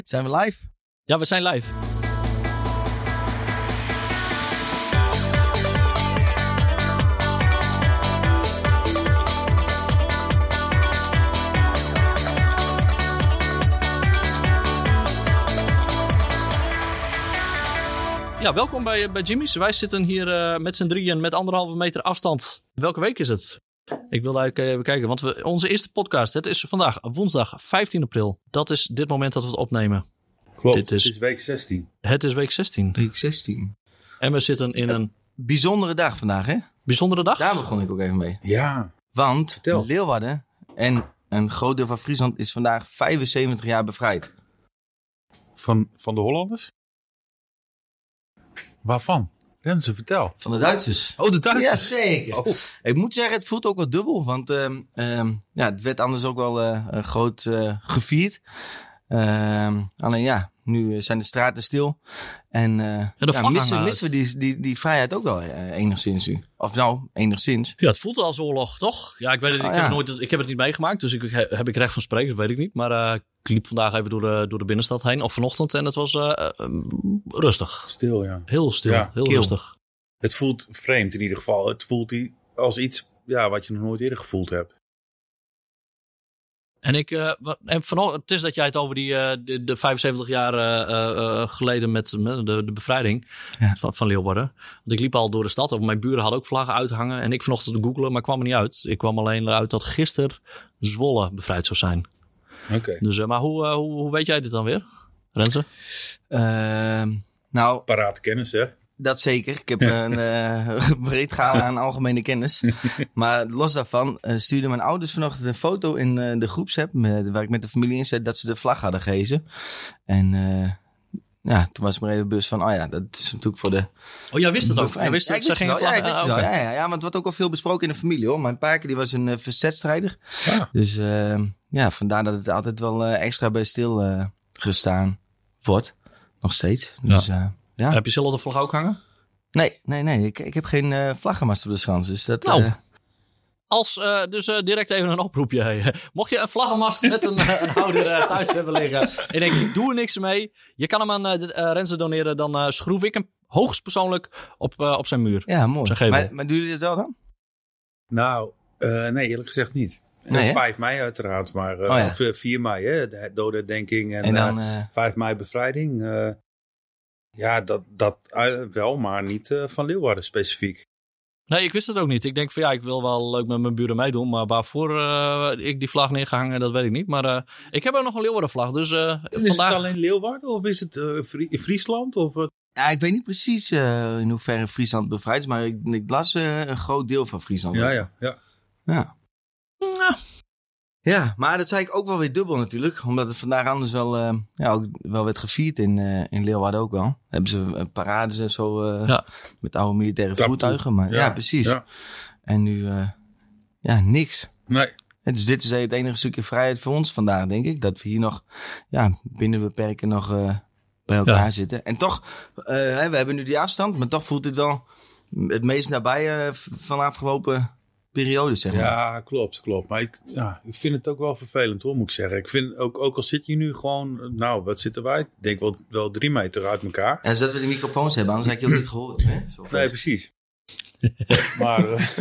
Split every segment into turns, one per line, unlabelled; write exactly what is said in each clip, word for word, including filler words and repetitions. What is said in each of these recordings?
Zijn we live?
Ja, we zijn live. Ja, welkom bij, bij Jimmy's. Wij zitten hier uh, met z'n drieën met anderhalve meter afstand. Welke week is het? Ik wilde eigenlijk even kijken, want we, onze eerste podcast, het is vandaag woensdag vijftien april. Dat is dit moment dat we het opnemen.
Klopt,
dit is,
het is week zestien.
Het is week zestien.
Week zestien.
En we zitten in een...
Bijzondere dag vandaag, hè?
Bijzondere dag?
Daar begon ik ook even mee.
Ja.
Want
Vertel.
Leeuwarden en een groot deel van Friesland is vandaag vijfenzeventig jaar bevrijd.
Van, van de Hollanders? Waarvan? Renze, vertel.
Van de Duitsers.
Oh, de Duitsers?
Ja, zeker.
Oh.
Ik moet zeggen, het voelt ook wel dubbel. Want um, um, ja, het werd anders ook wel uh, groot uh, gevierd. Um, alleen ja, nu zijn de straten stil. En uh, ja, ja, missen, missen we die, die, die vrijheid ook wel uh, enigszins nu. Of nou, enigszins.
Ja, het voelt als oorlog, toch? Ja, ik weet het, oh, ik, heb
ja.
het nooit, ik heb het niet meegemaakt, dus ik, heb ik recht van spreken, dat weet ik niet. Maar uh, ik liep vandaag even door de, door de binnenstad heen, of vanochtend, en het was uh, uh, rustig.
Stil, ja.
Heel stil,
Ja,
heel
kil.
rustig.
Het voelt vreemd in ieder geval. Het voelt als iets ja, wat je nog nooit eerder gevoeld hebt.
En ik, uh, en vanochtend, het is dat jij het over die, uh, de, de vijfenzeventig jaar uh, uh, geleden met, met de, de bevrijding ja. van, van Leeuwarden. Want ik liep al door de stad. Mijn buren hadden ook vlaggen uithangen. En ik vanochtend te googlen, maar kwam er niet uit. Ik kwam alleen eruit dat gisteren Zwolle bevrijd zou zijn.
Oké. Okay.
Dus, uh, maar hoe, uh, hoe, hoe weet jij dit dan weer, Renze?
Uh, nou,
Parate kennis, hè?
Dat zeker. Ik heb een uh, breed gaan aan algemene kennis. Maar los daarvan uh, stuurden mijn ouders vanochtend een foto in uh, de groepsapp met, waar ik met de familie in zat, dat ze de vlag hadden gehezen. En uh, ja, toen was ik me even bewust van, oh ja, dat is natuurlijk voor de...
Oh, jij wist het ook? Jij wist
ja,
het,
ik wist
ze
het wel. Ja, ik wist het
ah,
wel.
okay.
Ja, ja, ja, maar het wordt ook al veel besproken in de familie, hoor. Mijn paarke, die was een uh, verzetstrijder.
Ja.
Dus uh, ja, vandaar dat het altijd wel uh, extra bij stil uh, gestaan wordt. Nog steeds. Dus,
ja.
Uh, ja.
Heb je zelf de vlag ook hangen?
Nee, nee, nee. Ik, ik heb geen uh, vlaggenmast op de schans. Dus dat,
nou,
uh...
als, uh, dus uh, direct even een oproepje. Hey. Mocht je een vlaggenmast met een, uh, een houder uh, thuis hebben liggen en denk ik doe er niks mee. Je kan hem aan uh, uh, Renze doneren. Dan uh, schroef ik hem hoogstpersoonlijk op, uh, op zijn muur.
Ja, mooi.
Zijn
maar, maar doen jullie het wel dan?
Nou, uh, nee, eerlijk gezegd niet.
Nee,
vijf mei uiteraard, maar uh,
oh, ja.
of vier mei, hè, de dodenherdenking en,
en dan,
uh,
uh...
vijf mei bevrijding. Uh, ja, dat, dat uh, wel, maar niet uh, van Leeuwarden specifiek.
Nee, ik wist het ook niet. Ik denk van ja, ik wil wel leuk met mijn buren meedoen. Maar waarvoor uh, ik die vlag neergehangen, dat weet ik niet. Maar uh, ik heb ook nog een Leeuwarden vlag. Dus uh,
is
vandaag...
het alleen Leeuwarden of is het uh, Frie- Friesland? Of, uh...
Ja, ik weet niet precies uh, in hoeverre Friesland bevrijd is. Maar ik, ik las uh, een groot deel van Friesland.
Ja, ja, ja.
Ja. Ja. Ja, maar dat zei ik ook wel weer dubbel natuurlijk. Omdat het vandaag anders wel, uh, ja, ook wel werd gevierd in, uh, in Leeuwarden ook wel. Dan hebben ze uh, parades en zo uh, ja. met oude militaire
Taboe.
voertuigen. Maar, ja, ja, precies. Ja. En nu, uh, ja, niks.
Nee.
En dus dit is het enige stukje vrijheid voor ons vandaag, denk ik. Dat we hier nog ja, binnen beperken nog uh, bij elkaar ja. zitten. En toch, uh, we hebben nu die afstand. Maar toch voelt dit wel het meest nabij uh, van de afgelopen... periode, zeg maar.
Ja, klopt, klopt. Maar ik, ja, ik vind het ook wel vervelend, hoor, moet ik zeggen. Ik vind ook, ook al zit je nu gewoon, nou, wat zitten wij? Ik denk wel, wel drie meter uit elkaar.
Ja, zodat we die microfoons hebben, anders heb je ook niet gehoord. Hè? Zo
nee, precies. maar, uh,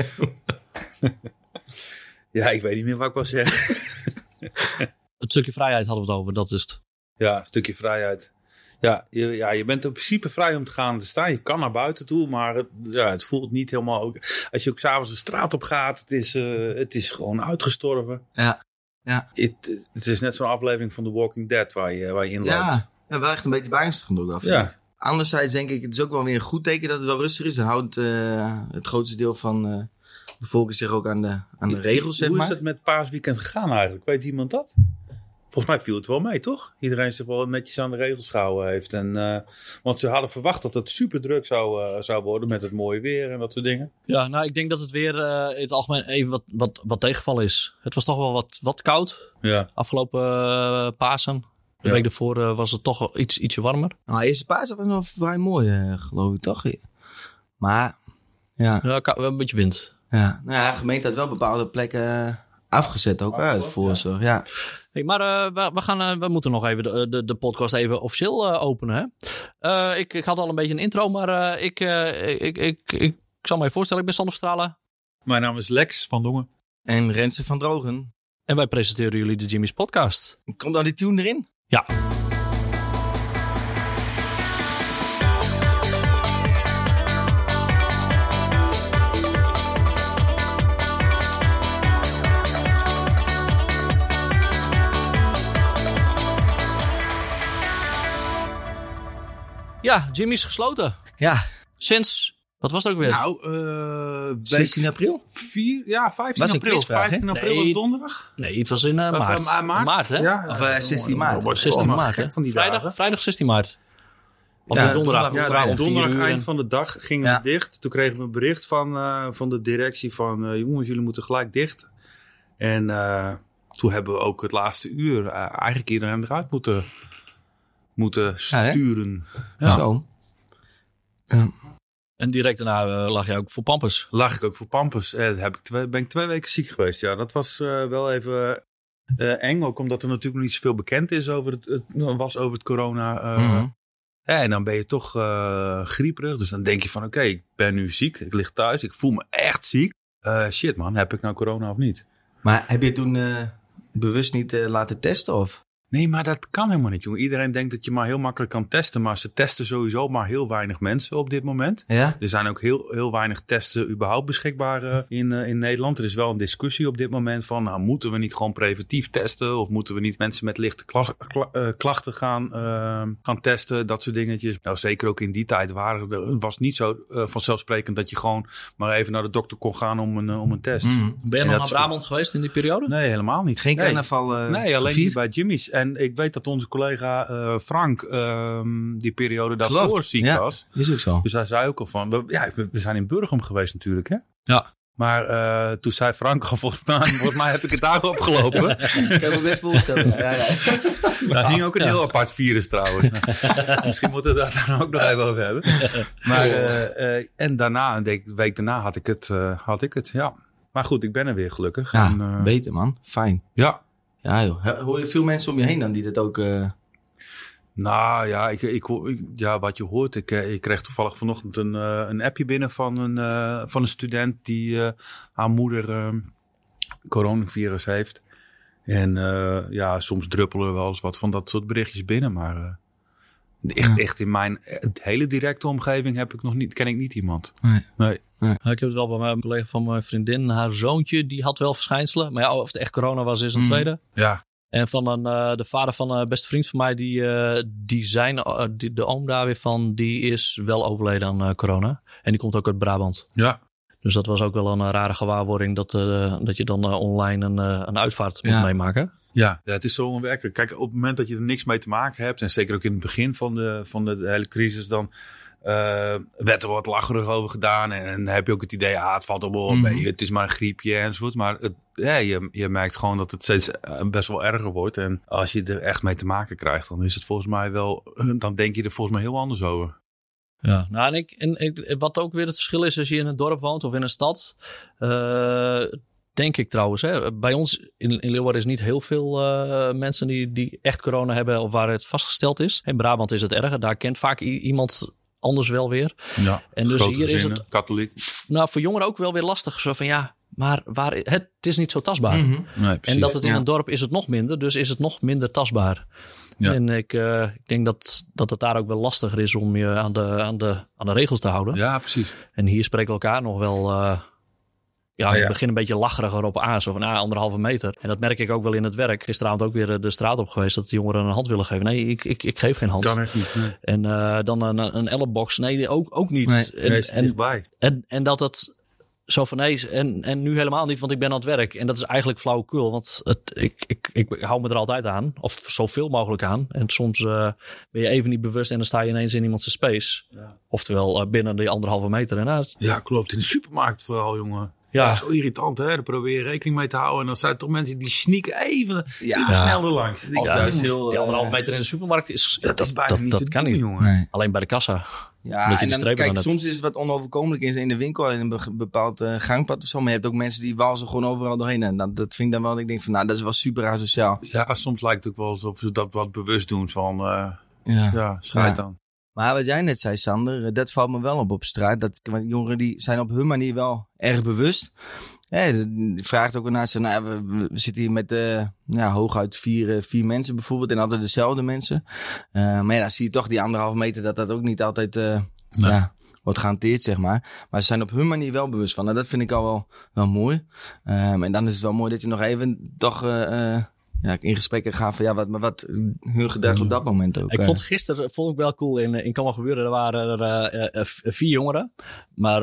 ja, ik weet niet meer wat ik wil zeggen.
Het stukje vrijheid hadden we het over, dat is het.
Ja, een stukje vrijheid. Ja je, ja, je bent in principe vrij om te gaan te staan. Je kan naar buiten toe, maar het, ja, het voelt niet helemaal... Ook, als je ook s'avonds de straat op gaat, het is, uh, het is gewoon uitgestorven.
Ja, ja.
Het, het is net zo'n aflevering van The Walking Dead waar je, waar je in loopt.
Ja, ja, wel echt een beetje beangstigend ook af.
Ja.
Anderzijds denk ik, het is ook wel weer een goed teken dat het wel rustig is. Dan houdt uh, het grootste deel van uh, de bevolking zich ook aan de, aan de regels, zeg maar.
Hoe is het met Paasweekend gegaan eigenlijk? Weet iemand dat? Volgens mij viel het wel mee, toch? Iedereen zich wel netjes aan de regels gehouden heeft. En, uh, want ze hadden verwacht dat het super druk zou, uh, zou worden met het mooie weer en dat soort dingen.
Ja, nou ik denk dat het weer uh, in het algemeen even wat, wat, wat tegenval is. Het was toch wel wat, wat koud.
Ja.
Afgelopen uh, Pasen. De ja. week ervoor uh, was het toch iets, ietsje warmer.
Nou, eerste Pasen was nog vrij mooi, uh, geloof ik toch? Maar, ja.
Ja, een beetje wind.
Ja, nou ja, de gemeente had wel bepaalde plekken afgezet ook uit voor ze. Ja.
Hey, maar uh, we, we, gaan, uh, we moeten nog even de, de, de podcast even officieel uh, openen. Hè? Uh, ik, ik had al een beetje een intro, maar uh, ik, uh, ik, ik, ik, ik zal me even voorstellen. Ik ben Sander Verstralen.
Mijn naam is Lex van Dongen.
En Renze van Drogen.
En wij presenteren jullie de Jimmy's podcast.
Komt dan die tune erin?
Ja. Ja, Jimmy's gesloten.
Ja.
Sinds, wat was het ook weer?
Nou, uh,
zestien april?
vier, ja, vijftien
Was een
april.
quizvraag,
vijftien
hè?
april
Nee.
was donderdag.
Nee, het was in uh, maart.
Of, uh, maart.
Maart, hè?
Ja,
Of uh, zestien maart.
zestien
Oh,
maart,
gek
hè?
van die
Vrijdag,
dagen.
vrijdag zestien maart. Of
Ja,
ja, donderdag.
donderdag,
donderdag
ja,
om vier
Donderdag,
uur.
eind van de dag, gingen
Ja.
we dicht. Toen kregen we een bericht van, uh, van de directie van... Uh, jongens, jullie moeten gelijk dicht. En uh, toen hebben we ook het laatste uur... Uh, eigenlijk iedereen eruit moeten, moeten sturen.
Ja, ja. Zo. Ja.
En direct daarna uh, lag je ook voor Pampus.
Lag ik ook voor Pampus. Eh, heb ik twee, ben ik twee weken ziek geweest. Ja, dat was uh, wel even uh, eng. Ook omdat er natuurlijk nog niet zoveel bekend is over het, het, was over het corona. Uh,
Mm-hmm.
ja, en dan ben je toch uh, grieperig. Dus dan denk je van oké, okay, ik ben nu ziek. Ik lig thuis. Ik voel me echt ziek. Uh, shit man, heb ik nou corona of niet?
Maar heb je toen uh, bewust niet uh, laten testen? Of?
Nee, maar dat kan helemaal niet, jongen. Iedereen denkt dat je maar heel makkelijk kan testen. Maar ze testen sowieso maar heel weinig mensen op dit moment.
Ja?
Er zijn ook heel, heel weinig testen überhaupt beschikbaar uh, in, uh, in Nederland. Er is wel een discussie op dit moment van... Nou, moeten we niet gewoon preventief testen? Of moeten we niet mensen met lichte kla- kla- uh, klachten gaan, uh, gaan testen? Dat soort dingetjes. Nou, zeker ook in die tijd waren er, was het niet zo uh, vanzelfsprekend... dat je gewoon maar even naar de dokter kon gaan om een, uh, om een test.
Mm.
Ben je
En
nog
dat
naar Brabant geweest in die periode?
Nee, helemaal niet.
Geen
nee.
carnaval? Uh,
Nee, alleen
gevierd?
niet bij Jimmy's. En ik weet dat onze collega uh, Frank uh, die periode daarvoor
Klopt.
ziek
Ja,
was.
is ook zo.
Dus hij zei ook al van... We, ja, we zijn in Burgum geweest natuurlijk, hè?
Ja.
Maar uh, toen zei Frank al, volgens mij, volgens mij heb ik het daar opgelopen.
Ik kan me best voorstellen. Ja, ja.
Daar ging ook een heel apart virus trouwens. Misschien moeten we het daar dan ook nog even over hebben. Maar, uh, uh, en daarna, een week, week daarna had ik, het, uh, had ik het, ja. Maar goed, ik ben er weer gelukkig.
Ja,
en, uh,
beter man. Fijn.
ja.
Ja joh. Hoor je veel mensen om je heen dan die dat ook... Uh...
Nou ja, ik, ik, ik, ja, wat je hoort. Ik, ik kreeg toevallig vanochtend een, uh, een appje binnen van een, uh, van een student die uh, haar moeder uh, coronavirus heeft. En uh, ja, soms druppelen er wel eens wat van dat soort berichtjes binnen. Maar uh, echt,
Ja.
echt in mijn hele directe omgeving heb ik nog niet, ken ik niet iemand.
Nee.
Nee.
Ik heb het wel bij mijn collega van mijn vriendin. Haar zoontje, die had wel verschijnselen. Maar ja, of het echt corona was, is een
Mm.
tweede.
Ja.
En van een, uh, de vader van een beste vriend van mij, die, uh, die zijn, uh, die, de oom daar weer van, die is wel overleden aan uh, corona. En die komt ook uit Brabant.
Ja.
Dus dat was ook wel een uh, rare gewaarwording dat, uh, dat je dan uh, online een, uh, een uitvaart moet
Ja.
meemaken.
Ja, ja, het is zo onwerkelijk. Kijk, op het moment dat je er niks mee te maken hebt, en zeker ook in het begin van de, van de hele crisis, dan uh, werd er wat lacherig over gedaan. En, en dan heb je ook het idee, ah, het valt op wel
Mhm.
mee, het is maar een griepje enzovoort. Maar het, ja, je, je merkt gewoon dat het steeds uh, best wel erger wordt. En als je er echt mee te maken krijgt, dan is het volgens mij wel, dan denk je er volgens mij heel anders over.
Ja, nou en, ik, en ik, wat ook weer het verschil is als je in een dorp woont of in een stad. Uh, denk ik trouwens. Hè. Bij ons in, in Leeuwarden is niet heel veel uh, mensen die, die echt corona hebben of waar het vastgesteld is. In Brabant is het erger. Daar kent vaak i- iemand anders wel weer.
Ja,
En dus
grote
hier is
gezinnen,
het
katholiek.
nou, voor jongeren ook wel weer lastig. Zo van ja, maar waar, het, het is niet zo tastbaar.
Mm-hmm.
Nee, precies.
En dat het in
Ja.
een dorp is het nog minder. Dus is het nog minder tastbaar.
Ja.
En ik, uh, ik denk dat, dat het daar ook wel lastiger is om je aan de, aan de, aan de regels te houden.
Ja, precies.
En hier spreken we elkaar nog wel... Uh, ja,
Ah,
ik
ja.
begin een beetje lacheriger op aan. Zo van ah, anderhalve meter. En dat merk ik ook wel in het werk. Gisteravond ook weer de straat op geweest dat de jongeren een hand willen geven. Nee, ik, ik, ik geef geen hand.
Kan echt niet. Nee,
En uh, dan een, een ellebox. Nee, ook, ook niet.
Nee,
en,
nee, is er
en,
dichtbij.
en, en dat het zo van nee, en, en nu helemaal niet, want ik ben aan het werk. En dat is eigenlijk flauwekul, want het, ik, ik, ik hou me er altijd aan. Of zoveel mogelijk aan. En soms uh, ben je even niet bewust en dan sta je ineens in iemands space. Ja. Oftewel uh, binnen die anderhalve meter. En, uh,
Ja, klopt. In de supermarkt vooral, jongen.
Ja.
Ja, zo irritant, hè? Daar probeer je rekening mee te houden. En dan zijn er toch mensen die sneaken even,
Ja.
even
Ja.
snel erlangs.
Oh,
Ja,
dat
die
is heel,
die
eh,
anderhalve meter in de supermarkt is...
dat,
Dat,
is bijna
dat,
niet
dat
te
kan
doen,
niet.
jongen.
Nee.
Alleen bij de kassa.
Ja,
Omdat je
en
de
dan,
strepen
kijk,
aan hebt.
soms is het wat onoverkomelijk in, in de winkel in een be- bepaald uh, gangpad of zo. Maar je hebt ook mensen die walsen gewoon overal doorheen. En dat, dat vind ik dan wel, dat ik denk van, nou, dat is wel super asociaal.
Ja, soms lijkt het ook wel alsof ze dat wat bewust doen van, uh,
Ja.
ja, schijt
Ja.
dan.
Maar wat jij net zei, Sander, uh, dat valt me wel op op straat. Dat want jongeren die zijn op hun manier wel erg bewust. Hey, die vraagt ook naar ze, nou, we, we zitten hier met uh, ja, hooguit vier, uh, vier mensen bijvoorbeeld. En altijd dezelfde mensen. Uh, maar ja, dan zie je toch die anderhalve meter dat dat ook niet altijd uh,
Nee.
ja, wordt gehanteerd, zeg maar. Maar ze zijn op hun manier wel bewust van. En dat vind ik al wel, wel mooi. Um, en dan is het wel mooi dat je nog even toch uh, uh, ja, in gesprekken gaat van ja, wat, maar wat hun gedrag op dat moment ook.
Ik
uh,
vond gisteren vond ik wel cool in, in Kan Wel Gebeuren. Er waren er uh, uh, vier jongeren. Maar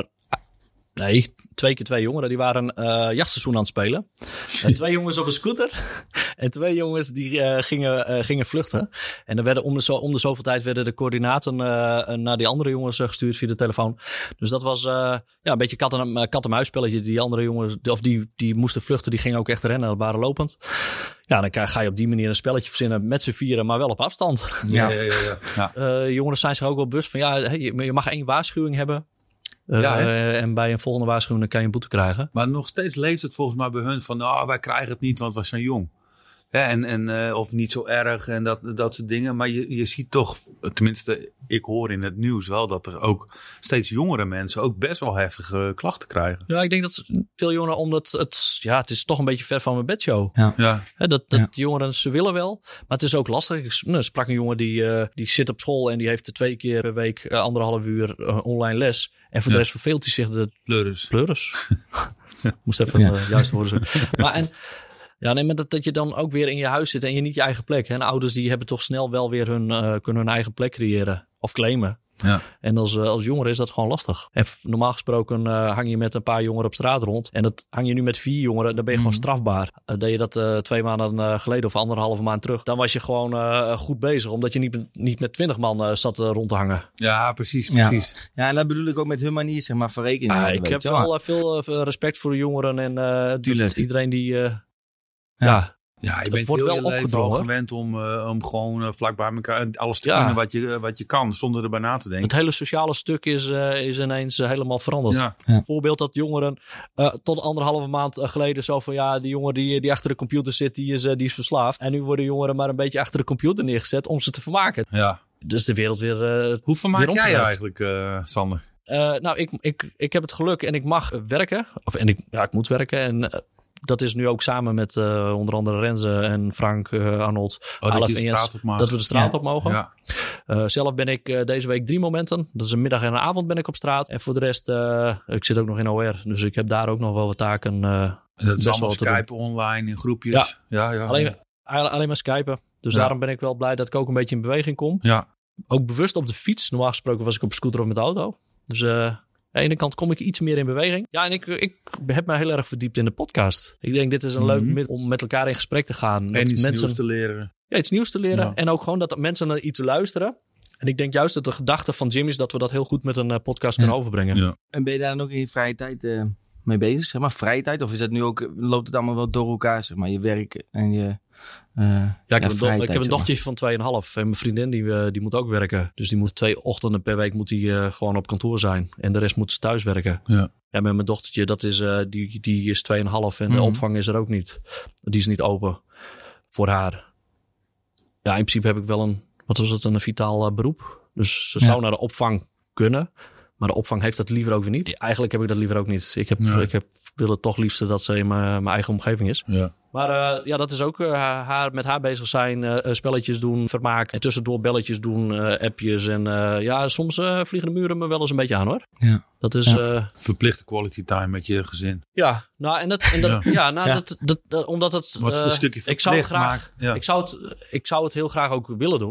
nee, twee keer twee jongeren. Die waren uh, jachtseizoen aan het spelen. En twee jongens op een scooter. En twee jongens die uh, gingen, uh, gingen vluchten. En dan werden om de, zo, om de zoveel tijd werden de coördinaten uh, naar die andere jongens uh, gestuurd via de telefoon. Dus dat was uh, ja, een beetje kat en, uh, kat en muisspelletje. Die andere jongens, of die, die moesten vluchten, die gingen ook echt rennen. Dat waren lopend. Ja, dan ga je op die manier een spelletje verzinnen met z'n vieren, maar wel op afstand.
Ja, ja, ja. ja. ja.
Uh, jongeren zijn zich ook wel bewust van ja, hey, je mag één waarschuwing hebben. Uh,
Ja,
uh, en bij een volgende waarschuwing dan kan je een boete krijgen.
Maar nog steeds leeft het volgens mij bij hun van, nou, wij krijgen het niet, want we zijn jong. Ja, en, en, uh, of niet zo erg en dat, dat soort dingen. Maar je, je ziet toch, tenminste, ik hoor in het nieuws wel dat er ook steeds jongere mensen ook best wel heftige klachten krijgen.
Ja, ik denk dat veel jongeren, omdat het, ja, het is toch een beetje ver van mijn bedshow.
Ja.
Ja.
He, dat dat
Ja.
jongeren, ze willen wel, maar het is ook lastig. Ik nou, sprak een jongen die, uh, die zit op school en die heeft er twee keer per week uh, anderhalf uur uh, online les. En voor
Ja.
de rest verveelt hij zich de
Pleuris.
pleuris. Moest even
Ja.
de uh, juiste woorden zeggen. Maar en... Ja, nee, maar dat, dat je dan ook weer in je huis zit en je niet je eigen plek. Hè? En ouders die hebben toch snel wel weer hun, uh, kunnen hun eigen plek creëren. Of claimen.
Ja.
En als, uh, als jongere is dat gewoon lastig. En f- normaal gesproken uh, hang je met een paar jongeren op straat rond. En dat hang je nu met vier jongeren. Dan ben je
Mhm.
gewoon strafbaar. Uh, deed je dat uh, twee maanden uh, geleden of anderhalve maand terug. Dan was je gewoon uh, goed bezig. Omdat je niet, niet met twintig man uh, zat uh, rond te hangen.
Ja, precies,
Ja.
precies.
Ja, en dat bedoel ik ook met hun manier, zeg maar, van rekening.
Ah,
houden,
ik
weet
heb
je wel.
wel uh, veel uh, respect voor de jongeren. En uh,
Tuurlijk.
dat iedereen die... Uh,
Ja.
ja.
Ja, je
Het
bent
wordt
heel
wel
je leven
opgedrongen.
al gewend om, uh, om gewoon uh, vlak bij elkaar en alles te
Ja.
kunnen wat je, uh, wat je kan, zonder erbij na te denken.
Het hele sociale stuk is, uh, is ineens uh, helemaal veranderd.
Ja.
Ja.
Voorbeeld dat jongeren uh, tot anderhalve maand uh, geleden zo van ja, die jongen die, die achter de computer zit, die is, uh, die is verslaafd. En nu worden jongeren maar een beetje achter de computer neergezet om ze te vermaken.
Ja.
Dus de wereld weer... Uh,
Hoe vermaak
weer
jij je
omgedraaid.
eigenlijk, uh, Sander?
Uh, nou, ik, ik, ik heb het geluk en ik mag werken. Of, en ik, ja, ik moet werken en... Uh, dat is nu ook samen met uh, onder andere Renze en Frank, uh, Arnold,
Oh,
Alef
dat je de
en Jens,
straat op mag.
dat we de straat
Ja.
op mogen.
Ja.
Uh, zelf ben ik uh, deze week drie momenten. Dat is een middag en een avond ben ik op straat. En voor de rest, uh, ik zit ook nog in O R. Dus ik heb daar ook nog wel wat taken. Uh,
En dat is
best
allemaal
wel te doen.
Skype online in groepjes. Ja, ja.
alleen, alleen maar skypen. Dus
Ja.
daarom ben ik wel blij dat ik ook een beetje in beweging kom.
Ja.
Ook bewust op de fiets. Normaal gesproken was ik op scooter of met de auto. Dus uh, aan de ene kant kom ik iets meer in beweging. Ja, en ik, ik heb me heel erg verdiept in de podcast. Ik denk dit is een
Mhm.
leuk middel om met elkaar in gesprek te gaan.
En
Dat
iets
mensen
nieuws te leren.
ja, iets nieuws te leren.
Ja.
En ook gewoon dat mensen naar iets luisteren. En ik denk juist dat de gedachte van Jim is dat we dat heel goed met een uh, podcast
Ja.
kunnen overbrengen.
Ja.
En ben je daar dan ook in je vrije tijd uh, mee bezig, zeg maar, vrije tijd? Of is dat nu ook, loopt het allemaal wel door elkaar, zeg maar, je werk en je uh,
Ja, ik heb, een, do-
vrije
ik
tijd,
heb een
zeg maar.
dochtertje van twee komma vijf. En mijn vriendin die, uh, die moet ook werken. Dus die moet twee ochtenden per week moet die, uh, gewoon op kantoor zijn. En de rest moet ze thuis werken.
Ja.
Ja, met mijn dochtertje, dat is, uh, die, die is twee komma vijf. En
Mhm.
de opvang is er ook niet. Die is niet open voor haar. Ja, in principe heb ik wel een, wat was het, een vitaal uh, beroep. Dus ze
Ja.
zou naar de opvang kunnen. Maar de opvang heeft dat liever ook weer niet. Eigenlijk heb ik dat liever ook niet. Ik heb,
Nee.
ik heb, wil het toch liefst dat ze in mijn, mijn eigen omgeving is.
Ja.
Maar uh, ja, dat is ook uh, haar, met haar bezig zijn, uh, spelletjes doen, vermaak. En tussendoor belletjes doen, uh, appjes. En uh, ja, soms uh, vliegen de muren me wel eens een beetje aan hoor.
Ja.
Dat is...
Ja.
Uh,
Verplichte quality time met je gezin.
ja, nou en dat... En dat ja. ja, nou
Ja.
Dat, dat, dat... Omdat het...
Wat voor
uh,
stukje
ik zou het
verplicht
graag...
maakt. Ja.
Ik zou, het, ik zou het heel graag ook willen doen.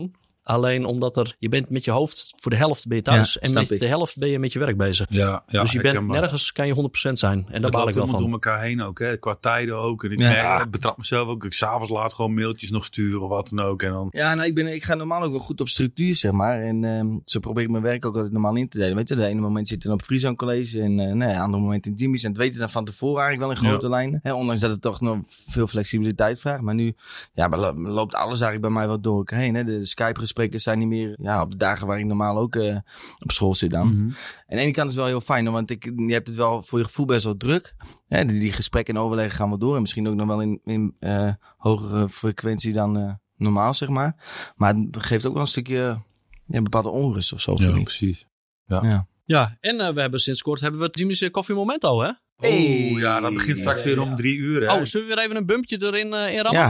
Alleen omdat er, je bent met je hoofd voor de helft ben je thuis.
Ja,
en
snap
met
ik.
de helft ben je met je werk bezig.
Ja, ja,
dus je bent
herkenbaar.
nergens kan je honderd procent zijn. En daar
Het
baal ik
loopt
wel
allemaal
van.
door elkaar heen ook, hè? Qua tijden ook. En ik
Ja.
merk, ik betrap mezelf ook. Ik s'avonds laat gewoon mailtjes nog sturen of wat dan ook. En dan,
Ja, nou, ik, ben, ik ga normaal ook wel goed op structuur, zeg maar. En um, zo probeer ik mijn werk ook altijd normaal in te delen. Weet je, de ene moment zit ik op Freezone College en uh, nee, andere moment in Jimmy's. En het weten dan van tevoren eigenlijk wel in grote
Ja.
lijnen. Hè, ondanks dat het toch nog veel flexibiliteit vraagt. Maar nu ja, maar lo- loopt alles eigenlijk bij mij wat door elkaar heen. Hè. De Skype-gesprekken zijn niet meer ja, op de dagen waar ik normaal ook uh, op school zit dan.
mm-hmm.
En aan de ene kant is het wel heel fijn, hoor, want ik, je hebt het wel voor je gevoel best wel druk. Hè, die, die gesprekken en overleggen gaan wel door. En misschien ook nog wel in, in uh, hogere frequentie dan uh, normaal, zeg maar. Maar het geeft ook wel een stukje ja, een bepaalde onrust of zo.
Ja,
vind ik.
precies.
Ja.
Ja.
Ja, en uh, we hebben sinds kort hebben we het Jimmy's Coffee Momento, hè?
Hey.
Oeh, ja, dat begint straks weer om drie uur. Hè?
Oh, zullen we weer even een bumpje erin uh, in rammen?
Ja.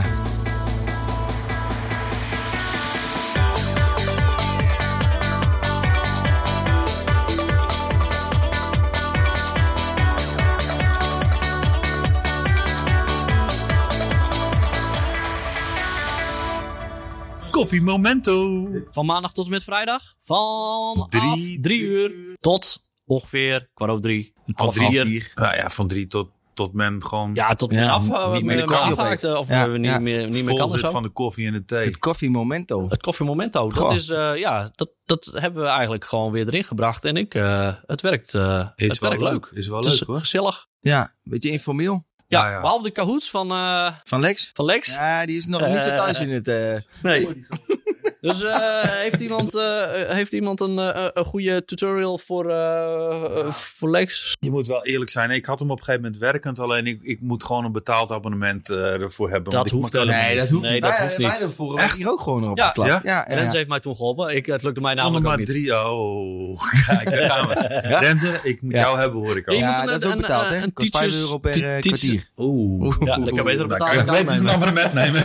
Koffie Momento.
Van maandag tot en met vrijdag. Van
Drie-
drie uur tot ongeveer kwart over drie.
Van
Half
drie,
vier.
vier. Nou ja, van drie tot, tot men gewoon
Ja, tot
Ja,
men af, uh,
niet meer de
men
koffie
afhaakt,
opheeft.
uh, of
Ja,
we niet
ja.
meer, niet meer
vol
kan en
zit
zo.
van de koffie en de thee.
Het koffiemomento.
Het koffiemomento, dat
Goh.
is, uh, ja, dat, dat hebben we eigenlijk gewoon weer erin gebracht. En ik, uh, het werkt, uh,
Is
het
wel
werkt
leuk.
leuk.
Is wel
Het
leuk
is
hoor.
gezellig.
Ja, een beetje informeel.
Ja,
Ja, ja.
behalve de Kahoots van, uh,
Van Lex?
van Lex.
Ja, die is nog niet zo
Eh,
thuis in het... Uh...
Nee. Dus uh, heeft iemand, uh, heeft iemand een, uh, een goede tutorial voor, uh, uh, voor Lex?
Je moet wel eerlijk zijn. Ik had hem op een gegeven moment werkend. Alleen ik, ik moet gewoon een betaald abonnement uh, ervoor hebben.
Dat
want ik
hoeft
mag-
helemaal
Nee,
niet.
dat hoeft
Nee,
niet.
dat
wij,
hoeft niet.
wij hebben vorige week hier ook gewoon op
Ja.
geklapt.
Ja?
Ja, ja,
Rens
ja.
heeft mij toen geholpen. Ik, het lukte mij
Oh,
namelijk
maar
ook niet.
drie. Oh, kijk, daar gaan we.
Ja?
Renze, ik moet
Ja.
jou hebben, hoor ik al.
Je
Ja,
moet
dat
een-
is ook
een-
betaald, hè?
een
Kost vijf
teachers-
euro per
te-
uh,
teachers-
kwartier.
Oeh.
Ja, lekker beter
Daar
betalen.
kan je
dan
beter
mij,
een
man.
abonnement nemen.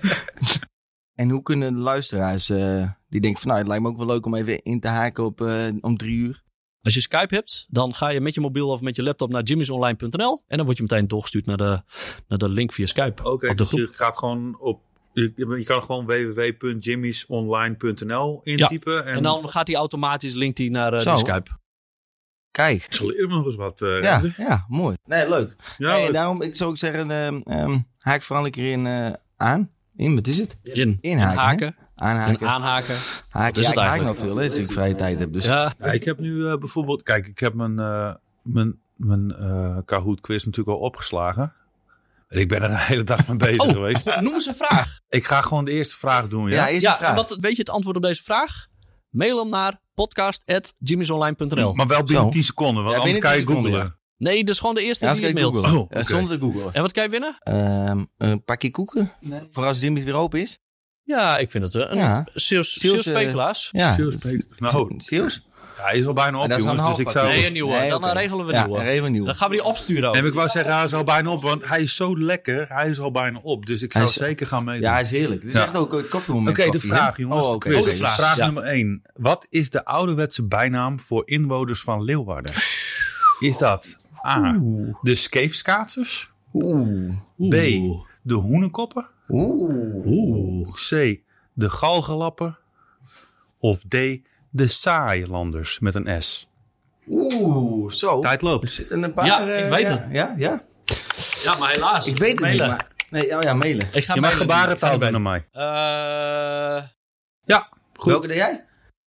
En hoe kunnen de luisteraars, uh, die denken van nou, het lijkt me ook wel leuk om even in te haken op uh, om drie uur.
Als je Skype hebt, dan ga je met je mobiel of met je laptop naar jimmys online punt n l. En dan word je meteen doorgestuurd naar de, naar de link via Skype.
Oké,
op de
dus
groep.
je gaat gewoon op... Je, je kan gewoon w w w punt jimmys online punt n l intypen. En,
En dan gaat hij automatisch linkt hij naar uh,
Zo.
die Skype.
Kijk.
Zo leren we nog eens wat. Uh,
Ja,
Renze.
ja, mooi. Nee, leuk.
Ja,
Nee, en
leuk.
daarom, ik zou ook zeggen, um, um, haak vooral een keer in uh, aan. In, wat is het?
In.
Inhaken,
Inhaken.
Aanhaken.
En aanhaken.
Haken.
is
Ja,
het
ik haak nou
eigenlijk?
veel, hè, als ik vrije tijd heb. Dus
Ja.
Ja, ik heb nu uh, bijvoorbeeld... Kijk, ik heb mijn, uh, mijn, mijn uh, Kahoot quiz natuurlijk al opgeslagen. En ik ben er een hele dag mee bezig
Oh,
geweest.
noem eens een vraag.
Ik ga gewoon de eerste vraag doen, ja?
ja, eerst
Ja,
een vraag.
en wat, weet je het antwoord op deze vraag? Mail hem naar podcast at jimmys online punt n l.
Maar wel binnen
Zo.
tien seconden, want
Ja,
anders
binnen
kan je
tien seconden,
googlen.
Nee, dat is gewoon de eerste
Ja,
die
als
het
ik
mailt.
googlen.
Oh,
Ja,
oké.
zonder te googlen.
En wat kan je winnen?
Um, een pakje koeken. Nee. Voor als Jimmy's weer open is.
Ja, ik vind het uh, een
Ja.
Zeeuws
Zeeuws,
Zeeuws speculaas.
Ja.
Nou,
Zeeuws?
ja, hij is al bijna op,
En dat is dan
jongens.
een
Dus ik
half
zou...
Nee, een nieuwe.
Nee,
Dan
oké.
regelen we een
Ja,
nieuwe.
een even nieuw.
Dan gaan we die opsturen ook.
En ik wou zeggen, hij is al bijna op, want hij is zo lekker. Hij is al bijna op, dus ik zou
Hij is-
zeker gaan meedoen.
Ja, hij is heerlijk. Het is
Ja.
echt ook het koffiemoment.
Oké, de
koffie,
vraag,
hè?
jongens.
Oh,
de
oké.
quiz.
oké.
de vraag.
Vraag
Ja.
nummer één. Wat is de ouderwetse bijnaam voor inwoners van Leeuwarden? Is dat A, de skeefskaatsers?
Oeh.
B, de hoenenkoppen?
Oeh.
Oeh.
C, de galgelappen? Of D, de saailanders met een S?
Oeh. Zo.
Tijd
Er
loopt.
zitten een paar...
Ja,
eh,
ik weet
ja,
het.
Ja, ja.
Ja, maar helaas.
Ik weet het
Mailen.
niet, maar... Nee, oh ja, mailen.
Ik ga
Je mag
mailen.
gebarentaal
Ik ga
doen naar mij.
mailen. Uh,
Ja, goed.
Welke deed jij?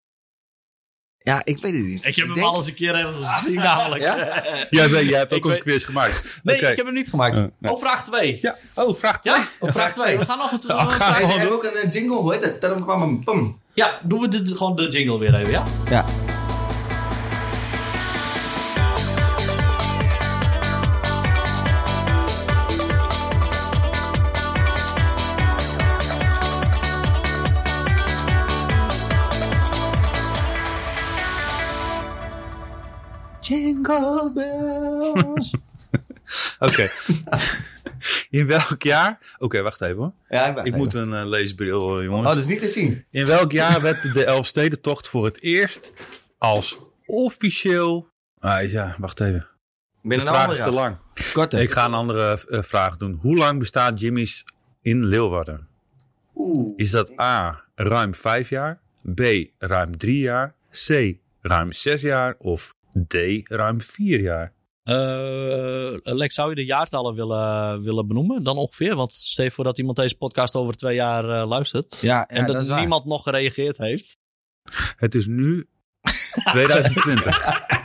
Ja, ik weet het niet.
ik heb hem
denk-
al eens een keer ergens gezien namelijk.
Ja?
Jij, bent- jij hebt ook
Ik
een
weet-
quiz gemaakt.
Nee,
Oké.
ik heb hem niet gemaakt.
Uh, nee.
Oh, vraag twee.
Ja, oh, vraag twee.
Ja, op vraag twee. We gaan nog het...
Oh,
uh,
ga-
vraag-
En we hebben ook een eh, jingle, hoe heet dat? Tadam, pam, pam.
Ja, doen we de, gewoon de jingle weer even, ja?
Ja. Jingle bells.
Oké. In welk jaar... Oké, wacht even hoor.
Ja,
Ik
wacht
moet
even.
een uh, leesbril, uh, jongens.
Oh, dat is niet te zien.
In welk jaar werd de Elfstedentocht voor het eerst als officieel... Ah, ja, wacht even.
Ben
De
een
vraag
ander
is te lang.
Korte.
Ik ga een andere uh, vraag doen. Hoe lang bestaat Jimmy's in Leeuwarden?
Oeh.
Is dat A, ruim vijf jaar? B, ruim drie jaar. C, ruim zes jaar. Of D, ruim vier jaar.
Uh, Lex, zou je de jaartallen willen, willen benoemen dan ongeveer? Want stel je voor dat iemand deze podcast over twee jaar uh, luistert.
Ja, ja,
en dat,
dat is
niemand nog gereageerd heeft.
Het is nu tweeduizend twintig.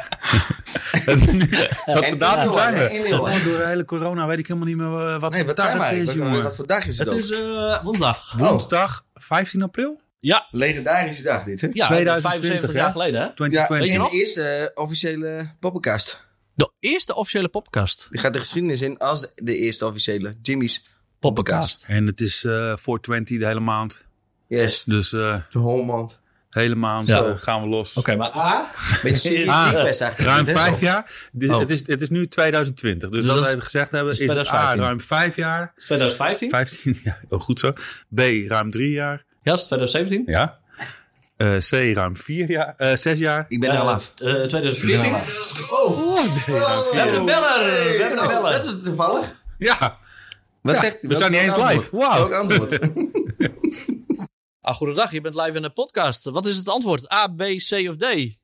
Het is nu, wat voor datum zijn we? Oh, door de hele corona weet ik helemaal niet meer uh, wat
nee,
voor
wat
dag
zijn
het
wij?
is,
Wat,
jongen.
wat voor dag is het
Het
ook?
is uh, woensdag.
Woensdag, vijftien april?
Ja.
Legendarische dag dit, hè?
Ja,
tweeduizend twintig,
vijfenzeventig
ja?
jaar geleden, hè?
twintig
Ja,
twintig.
weet je nog?
de eerste uh, officiële poppenkast.
De eerste officiële podcast.
Die gaat de geschiedenis in als de, de eerste officiële Jimmy's
Poppenkast.
En het is uh, voor twintig de hele maand.
Yes.
Dus uh,
De Holmand.
de hele maand
Ja.
uh, gaan we los.
Oké, okay, maar A?
Beetje serieus
Ah,
request eigenlijk.
Ruim
Dit is
vijf
al-
jaar. Dus
Oh.
het, is, het is nu tweeduizend twintig. Dus,
Dus
wat
dat
we
is-
gezegd hebben
is
is,
twintig
A,
vijftien.
ruim vijf jaar.
twintig vijftien?
vijftien, ja, oh, goed zo. B, ruim drie jaar.
Ja, dat is twintig zeventien.
Ja. Uh, C, ruim vier jaar. Uh, zes jaar.
Ik ben er al
Uh,
af.
uh, twintig veertien.
Oh.
Oh, nee, ruim
We
vier
hebben een
jaar.
beller. We hebben een
Oh,
beller.
dat is toevallig.
Ja.
Wat
Ja,
zegt hij?
we zijn niet eens live. Wauw.
Welk antwoord?
Ah, goedendag, je bent live in de podcast. Wat is het antwoord? A, B, C of D?
D,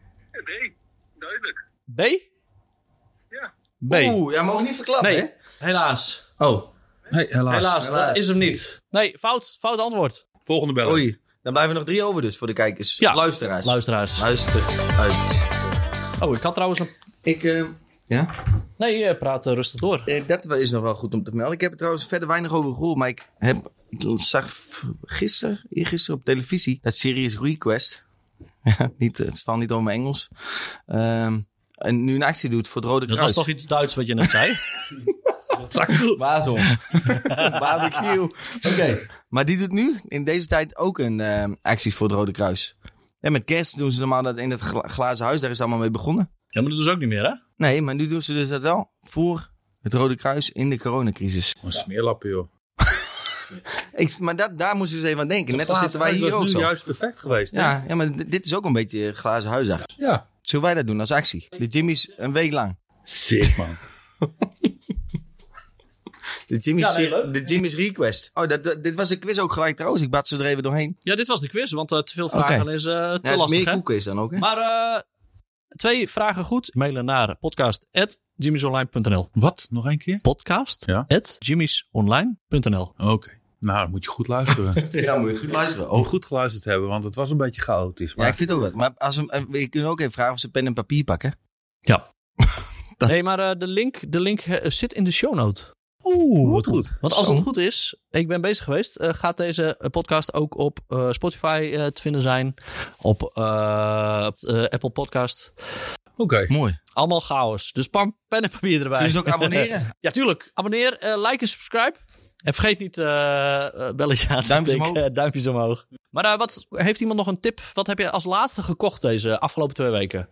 duidelijk.
B?
Ja.
B.
Oeh, jij mag niet verklappen,
Nee,
hè?
helaas.
Oh,
Nee, helaas.
Helaas,
Helaas.
dat is hem niet. Nee, fout, fout antwoord.
Volgende beller.
oei. Dan blijven er nog drie over dus voor de kijkers.
Ja.
Luisteraars.
Luisteraars.
Luister uit.
Oh, ik had trouwens een...
Ik, eh, ja,
Nee, eh, praat eh, rustig door.
Eh, dat is nog wel goed om te vermelden. Ik heb er trouwens verder weinig over gehoord, maar ik heb, ik zag gisteren, eergisteren op televisie, dat Serious Request. Ja, niet, het valt niet over mijn Engels. Ehm, en nu een actie doet voor het Rode
Dat
Kruis.
was toch iets Duits wat je net zei?
Waarom? Barbecue. Oké. Maar die doet nu in deze tijd ook een uh, actie voor het Rode Kruis. En met kerst doen ze normaal dat in het gla- glazen huis. Daar is het allemaal mee begonnen.
Ja, maar dat doen ze ook niet meer, hè?
Nee, maar nu doen ze dus dat wel voor het Rode Kruis in de coronacrisis.
Een smeerlappen, joh.
Ik, maar dat, daar moesten ze even aan denken. Net als zitten wij hier
was
ook
nu
zo.
juist perfect geweest. Hè?
Ja, ja, maar d- dit is ook een beetje glazen huis eigenlijk.
Ja.
Zullen wij dat doen als actie? De Jimmy's een week lang.
Sick, man.
De Jimmy's,
Ja, nee, leuk.
de Jimmy's Request. Oh, dat, dat- dit was de quiz ook gelijk trouwens. Ik bad ze er even doorheen.
Ja, dit was de quiz, want uh, te veel vragen
Oké.
is uh, te
Ja, het is
lastig,
meer
hè?
koeken is dan ook, hè?
Maar uh, twee vragen goed. Mailen naar podcast at jimmysonline punt n l.
Wat? Nog één keer?
Podcast
Ja.
at jimmysonline punt n l.
Oké. Nou, dan moet je goed luisteren.
Ja, moet je goed luisteren.
Om goed geluisterd hebben, want het was een beetje chaotisch. Maar
Ja, ik vind het ook wat. Maar als we, eh, we kunnen ook even vragen of ze pen en papier pakken.
Ja. Nee, maar uh, de link, de link uh, zit in de show note.
Oeh, wat goed.
Want als
Zo.
het goed is, ik ben bezig geweest, uh, gaat deze uh, podcast ook op uh, Spotify uh, te vinden zijn. Op uh, uh, Apple Podcast.
Oké.
Mooi.
Allemaal chaos. Dus pam, pen en papier erbij.
Kun je ze ook abonneren?
Ja, tuurlijk. Abonneer, uh, like en subscribe. En vergeet niet uh, uh, belletje aan te
Duimpjes
tikken.
omhoog.
Uh, duimpjes omhoog. Maar uh, wat, heeft iemand nog een tip? Wat heb je als laatste gekocht deze afgelopen twee weken?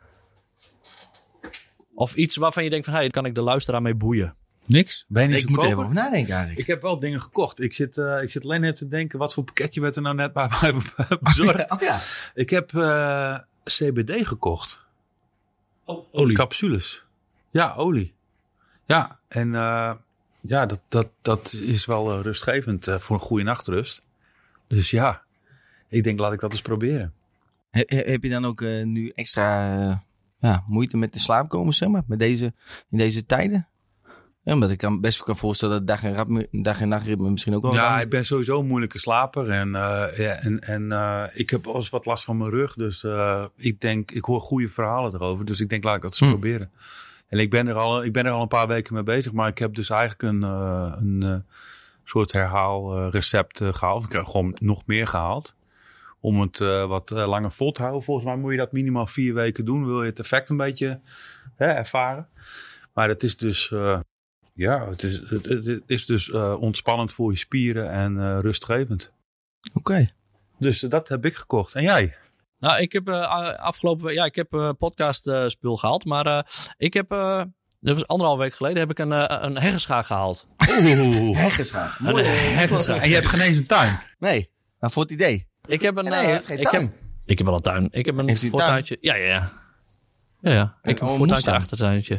Of iets waarvan je denkt van, hey, kan ik de luisteraar mee boeien?
Niks? Ben je niet
Ik
zo
moet er even
koper?
over nadenken eigenlijk.
Ik heb wel dingen gekocht. Ik zit, uh, ik zit alleen even te denken, wat voor pakketje werd er nou net bij mij bezorgd?
Oh ja.
Ik heb uh, C B D gekocht.
Oh, olie.
Capsules. Ja, olie. Ja, en uh, ja, dat, dat, dat is wel uh, rustgevend uh, voor een goede nachtrust. Dus ja, ik denk laat ik dat eens proberen.
He- he- heb je dan ook uh, nu extra uh, ja, moeite met de slaap komen, zeg maar? Met deze, in deze tijden? Ja, omdat ik kan best kan voorstellen dat dag- en, rap- dag- en nachtritme misschien ook wel wat
Ja,
anders-
ik ben sowieso een moeilijke slaper. En, uh, ja, en, en uh, ik heb wel eens wat last van mijn rug. Dus uh, ik denk, ik hoor goede verhalen erover. Dus ik denk, laat ik dat eens
Hm.
proberen. En ik ben, er al, ik ben er al een paar weken mee bezig. Maar ik heb dus eigenlijk een, uh, een uh, soort herhaalrecept uh, gehaald. Ik heb gewoon nog meer gehaald. Om het uh, wat uh, langer vol te houden. Volgens mij moet je dat minimaal vier weken doen. Wil je het effect een beetje hè, ervaren. Maar het is dus... Uh, Ja, het is, het, het is dus uh, ontspannend voor je spieren en uh, rustgevend.
Oké. Okay.
Dus uh, dat heb ik gekocht. En jij?
Nou, ik heb uh, afgelopen... Ja, ik heb uh, podcast uh, spul gehaald. Maar uh, ik heb... Uh, dat was anderhalf week geleden. Heb ik een, uh, een heggenschaar gehaald.
Oeh.
Heggeschaar.
Een heggenschaar.
En je hebt geen eens een tuin?
Nee, maar voor het idee.
Ik heb een...
Nee, hij
uh,
heeft geen
ik,
tuin.
heb, ik heb wel een tuin. Ik heb een
Heeft hij een
fortuintje. Ja, ja, ja. Ja, ja. Ik heb een
oh,
fortuintje
moestuin.
achtertuintje.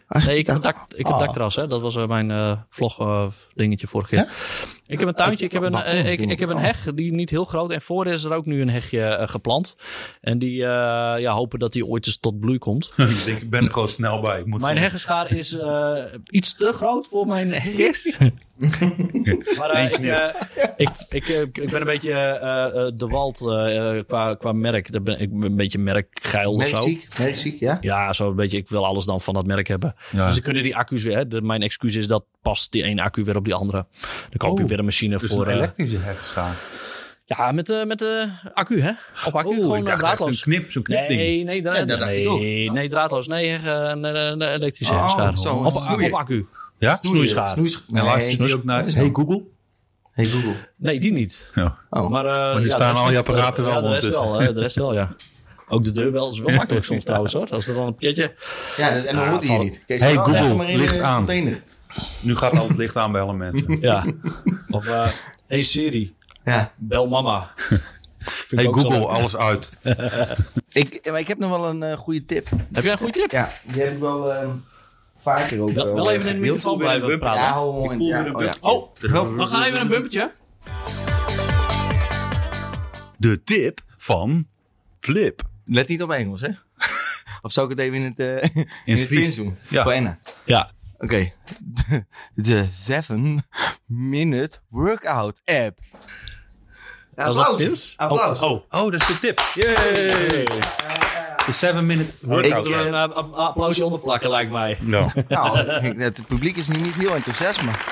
Nee, ik heb een, dak, ik heb
Oh.
dakterras, hè. Dat was uh, mijn uh, vlog uh, dingetje vorige keer.
Ja?
Ik heb een tuintje, ik heb een,
Balkon,
uh, ik,
denk
ik heb een
ik.
heg die niet heel groot. En voor is er ook nu een hegje uh, geplant. En die uh, ja, hopen dat die ooit eens tot bloei komt.
ik denk, ik ben er gewoon snel bij. Ik moet
Mijn
gewoon-
heggenschaar is uh, iets te groot voor mijn hegjes. maar uh, ik, uh, ik, ik, uh, ik ben een beetje uh, uh, de Walt uh, qua, qua merk. Dat ben, ik ben een beetje merkgeil of zo.
Merkziek, merkziek, ja?
Ja, zo een beetje. Ik wil alles dan van dat merk hebben.
Ja.
Dus dan kunnen die accu's weer. Hè, de, mijn excuus is dat past die ene accu weer op die andere. Dan koop je
Oh,
weer een machine
Dus
voor.
een
Uh,
elektrische heggenschaar.
ja, met de met de accu, hè? Op accu,
Oh,
gewoon
ik dacht echt
draadloos.
een knip, zo'n knipding.
Nee, nee, dra-
Ja, dat dacht ik ook.
nee, nee, draadloos. Nee, uh, een, een elektrische
Oh,
heggenschaar.
zo,
op,
snoeien.
op accu.
Ja?
Snoeischaar.
Snoeis-
En luister je
Nee,
die ook naar
Wat is
Hey
nou?
Google?
Hey Google.
Nee, die niet.
Ja.
Oh.
Maar, uh,
nu
ja,
staan
de
al je
rest-
apparaten
uh,
wel
ja, de rest
ondertussen.
wel, hè, de rest wel, ja. Ook de deurbel is wel makkelijk soms trouwens, hoor. Als er dan een keertje...
Ja, dat, en dan
Ja,
hoort hij je
val-
niet. Kees,
Hey,
leg
Google,
hem maar in
licht
de
aan.
container.
Nu gaat al het licht aan bij alle mensen.
Ja. Of, uh, hey Siri,
Ja.
bel mama. Vind ik
Hey
ook zo
Google,
leuk.
alles uit.
Ik, maar ik heb nog wel een uh, goede tip.
Heb jij een goede tip?
Ja, die heb ik wel uh, vaker ook.
Wel,
uh,
wel even in de
gedeeld.
microfoon blijven praten.
Ja, hou een moment.
voel
Ja,
weer een
oh, ja.
Oh, we gaan even een bumpertje.
De tip van Flip.
Let niet op Engels, hè? Of zou ik het even in het, uh, in
het
het
Fries?
Fins doen?
Ja.
Voor Anna.
Ja.
Oké. De, de seven minute workout app.
Was dat Fins?
Applaus.
Oh, oh.
Oh, dat is de tip. Yay! De seven minute workout.
Ik,
Ik
uh,
een uh, een applausje onderplakken, lijkt mij.
Ja.
Nou, ik- het publiek is nu niet heel enthousiast, maar...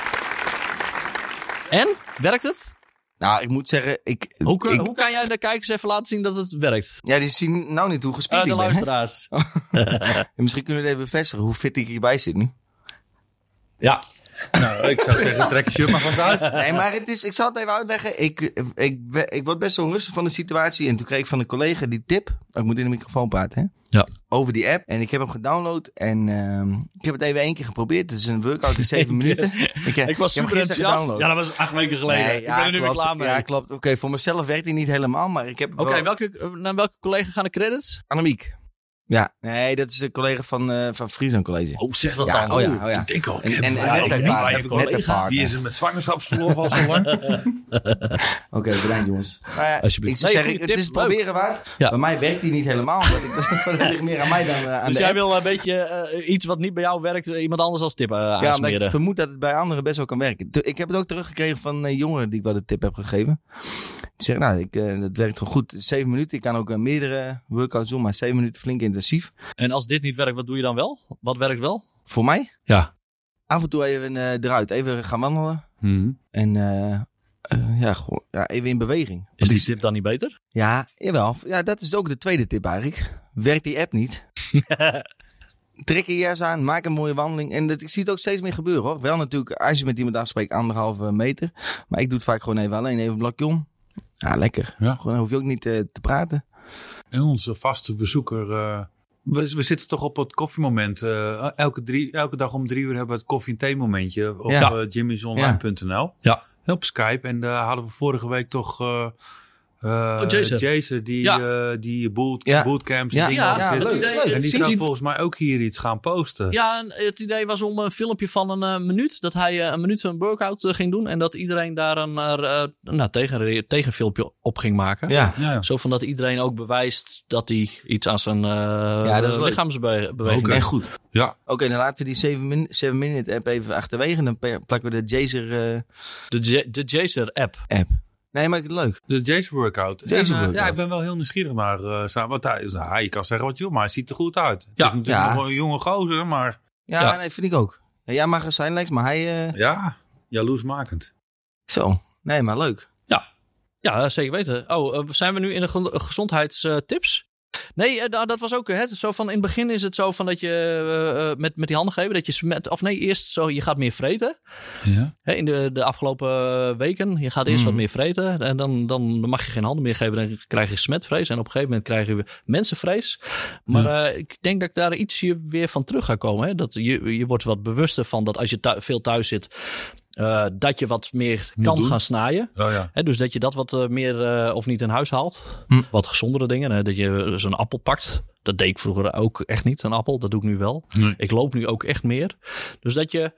En? Werkt het?
Nou, ik moet zeggen, ik...
Hoe, kun-
ik-
hoe kan jij de kijkers even laten zien dat het werkt?
Ja, die zien nou niet hoe gespierd
Uh, de
ik ben, hè?
luisteraars.
En misschien kunnen we het even bevestigen hoe fit ik hierbij zit nu.
Ja.
Nou, ik zou zeggen, trek je shirt maar vast uit.
Nee, maar het is, ik zal het even uitleggen. Ik, ik, ik word best wel rustig van de situatie. En toen kreeg ik van een collega die tip. Oh, ik moet in de microfoon praten, hè?
Ja.
Over die app. En ik heb hem gedownload. En uh, ik heb het even één keer geprobeerd. Het is een workout in zeven
Eén
minuten.
keer.
Ik, heb-
Ik was
ik heb
super
hem gisteren
enthousiast.
gedownload.
Ja, dat was acht weken geleden.
Nee,
ik
ja,
ben er nu weer
klopt.
klaar mee.
Ja, klopt. Oké, okay, voor mezelf werkt hij niet helemaal. Maar ik heb
Oké,
wel...
welke, naar welke collega gaan de credits?
Annemiek. Ja, nee, dat is de collega van, uh, van Friesland College.
Oh, zeg dat
Ja,
dan.
oh ja, oh ja.
Ik denk al.
En, en, en
Ja, ik denk
netwerkpartner.
bij je collega.
netwerkpartner.
Die is er met zwangerschapsverlof al zo lang.
Oké, okay, bedankt jongens. Nou ja,
Alsjeblieft.
ik zou
Nee,
zeggen,
goede
het
tip,
is het
leuk.
proberen waard.
Ja.
Bij mij werkt hij niet helemaal. Want ik, dat ligt meer aan mij dan uh, aan
Dus
de
jij
app.
wil een beetje uh, iets wat niet bij jou werkt, uh, iemand anders als tip uh,
Ja, omdat
aansmeren.
ik vermoed dat het bij anderen best wel kan werken. Te- Ik heb het ook teruggekregen van uh, jongeren die ik wel de tip heb gegeven. Die zeggen, nou, ik, uh, dat werkt gewoon goed. Zeven minuten. Ik kan ook uh, meerdere workouts doen, maar zeven minuten flink intensief.
En als dit niet werkt, wat doe je dan wel? Wat werkt wel?
Voor mij,
Ja.
af en toe even uh, eruit. Even gaan wandelen.
Hmm.
En uh, uh, ja, gewoon, ja, even in beweging.
Is
Want
die
ik-
tip dan niet beter?
Ja, jawel. Ja, dat is ook de tweede tip eigenlijk. Werkt die app niet? Trek je jas aan, maak een mooie wandeling. En dat, ik zie het ook steeds meer gebeuren hoor. Wel natuurlijk, als je met iemand afspreekt, anderhalve meter. Maar ik doe het vaak gewoon even alleen, even een blokje om. Ja, lekker.
Ja.
Gewoon, dan hoef je ook niet uh, te praten.
En onze vaste bezoeker. Uh, we, we zitten toch op het koffiemoment. Uh, elke, drie, elke dag om drie uur hebben we het koffie- en thee momentje op
Ja.
uh, jimmys online punt n l.
Ja.
Op Skype. En daar hadden we vorige week toch uh, uh,
Oh, Jason.
Jason die,
Ja.
uh, die boot,
Ja.
bootcamps
Ja.
en dingen
Ja,
aan
ja,
zit.
leuk,
idee-
leuk.
En die
Zien-
zou
zien-
volgens mij ook hier iets gaan posten.
Ja, en het idee was om een filmpje van een uh, minuut. Dat hij uh, een minuut een workout uh, ging doen. En dat iedereen daar een uh, nou, tegen, tegenfilmpje op ging maken.
Ja.
Ja.
Zo van dat iedereen ook bewijst dat hij iets aan zijn uh,
dat is leuk.
lichaamsbeweging
Oké.
En goed.
Ja.
Oké, dan laten we die zeven minute app even achterwege. Dan pe- plakken we de Jazer uh,
De, J- de Jazer app.
app. Nee, maar ik het leuk.
De Jason workout.
Jason
En, uh,
workout.
Ja, ik ben wel heel nieuwsgierig naar uh, samen. Want hij, hij, je kan zeggen wat je wil, maar hij ziet er goed uit.
Ja.
Het is natuurlijk
Ja.
nog wel een jonge gozer, maar
Ja,
Ja.
nee, vind ik ook. Ja, jij mag er zijn, Lex, maar hij... Uh,
ja, jaloersmakend.
Zo. Nee, maar leuk.
Ja, zeker weten. Oh, uh, zijn we nu in de ge- gezondheidstips? Nee, uh, dat was ook hè, zo van in het begin is het zo van dat je uh, uh, met, met die handen geven dat je smet, of nee, eerst zo je gaat meer vreten.
Ja.
Hè, in de, de afgelopen weken, je gaat eerst
Mhm.
wat meer vreten en dan, dan mag je geen handen meer geven, dan krijg je smetvrees en op een gegeven moment krijg je mensenvrees. Maar uh, ik denk dat ik daar ietsje weer van terug ga komen. Hè? Dat je, je wordt wat bewuster van dat als je thu- veel thuis zit, uh, dat je wat meer
Moet
kan
doen.
gaan snijden.
Oh ja.
Hè, dus dat je dat wat uh, meer uh, of niet in huis haalt.
Hm.
Wat gezondere dingen. Hè? Dat je zo'n appel pakt. Dat deed ik vroeger ook echt niet, een appel. Dat doe ik nu wel.
Nee.
Ik loop nu ook echt meer. Dus dat je...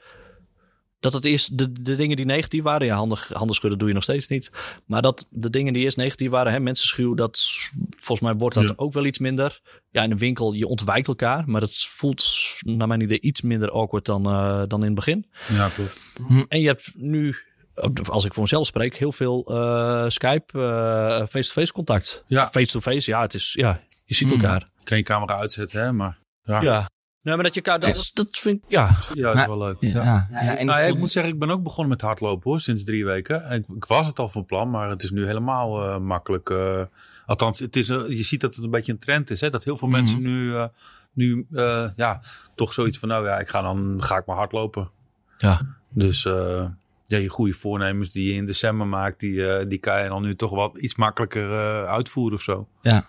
Dat het eerst de, de dingen die negatief waren, ja, handen, handen schudden doe je nog steeds niet. Maar dat de dingen die eerst negatief waren, hè, mensen schuw, dat volgens mij wordt dat
Ja.
ook wel iets minder. Ja, in een winkel, je ontwijkt elkaar, maar het voelt naar mijn idee iets minder awkward dan, uh, dan in het begin.
Ja, klopt.
En je hebt nu, als ik voor mezelf spreek, heel veel uh, Skype, uh, face-to-face contact.
Ja.
Face-to-face, ja, het is, ja, je ziet
Mm.
elkaar.
Je kan je camera uitzetten, hè, maar ja,
Ja. Nee, maar dat je elkaar, dat, dat vind ik, ja.
ja dat is wel leuk.
Ja,
Ja.
ja. ja, en
Nou,
ik
ik
vond-
moet zeggen, ik ben ook begonnen met hardlopen hoor, sinds drie weken. Ik, ik was het al van plan, maar het is nu helemaal uh, makkelijk. Uh, althans, het is, uh, je ziet dat het een beetje een trend is. Hè? Dat heel veel
Mhm.
mensen nu, uh, nu uh, ja, toch zoiets van, nou ja, ik ga dan ga ik maar hardlopen.
Ja.
Dus uh, ja, je goede voornemens die je in december maakt, die, uh, die kan je dan nu toch wat iets makkelijker uh, uitvoeren of zo.
Ja.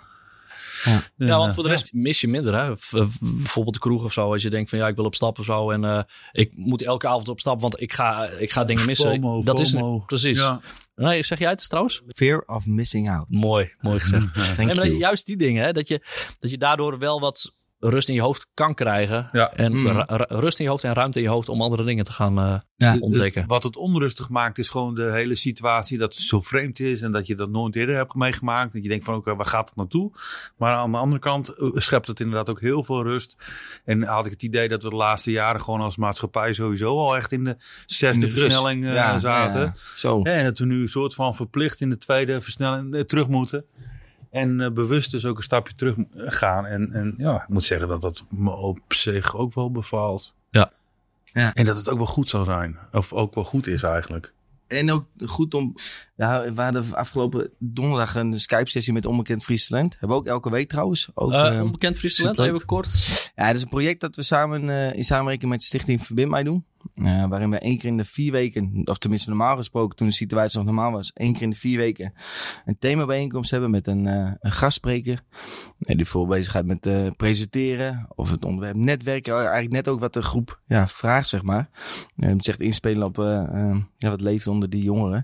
Ja,
Ja, want voor de rest mis je minder. Hè? V- v- bijvoorbeeld de kroeg of zo. Als je denkt van ja, ik wil op stap of zo. En uh, ik moet elke avond op stap, want ik ga, ik ga dingen missen.
FOMO,
dat
FOMO.
is precies.
Ja.
Nee, zeg jij het trouwens?
Fear of missing out.
Mooi, mooi gezegd.
Thank
Nee, maar
you.
juist die dingen, hè? Dat, je, dat je daardoor wel wat rust in je hoofd kan krijgen.
Ja.
En
Mm.
ra- ra- rust in je hoofd en ruimte in je hoofd om andere dingen te gaan uh,
Ja.
ontdekken.
Wat het onrustig maakt is gewoon de hele situatie dat het zo vreemd is en dat je dat nooit eerder hebt meegemaakt. Dat je denkt van oké, waar gaat het naartoe? Maar aan de andere kant uh, schept het inderdaad ook heel veel rust. En had ik het idee dat we de laatste jaren gewoon als maatschappij sowieso al echt in de zesde
In de rust.
versnelling uh,
Ja,
zaten.
ja, zo.
En dat we nu een soort van verplicht in de tweede versnelling uh, terug moeten. En uh, bewust dus ook een stapje terug gaan. En, en ja, ik moet zeggen dat dat me op zich ook wel bevalt.
Ja.
Ja.
En dat het ook wel goed zou zijn. Of ook wel goed is eigenlijk.
En ook goed om... Ja, we hadden afgelopen donderdag een Skype-sessie met Onbekend Friesland. Hebben we ook elke week trouwens. Ook,
Uh,
ehm,
onbekend Friesland,
superleuk.
even kort.
Ja, het is een project dat we samen uh, in samenwerking met Stichting Verbind mij doen. Uh, waarin we één keer in de vier weken, of tenminste normaal gesproken, toen de situatie nog normaal was, één keer in de vier weken een themabijeenkomst hebben met een, uh, een gastspreker. Uh, die bijvoorbeeld bezig gaat met uh, presenteren of het onderwerp netwerken. Eigenlijk net ook wat de groep ja, vraagt, zeg maar. Uh, het zegt inspelen op uh, uh, ja, wat leeft onder die jongeren.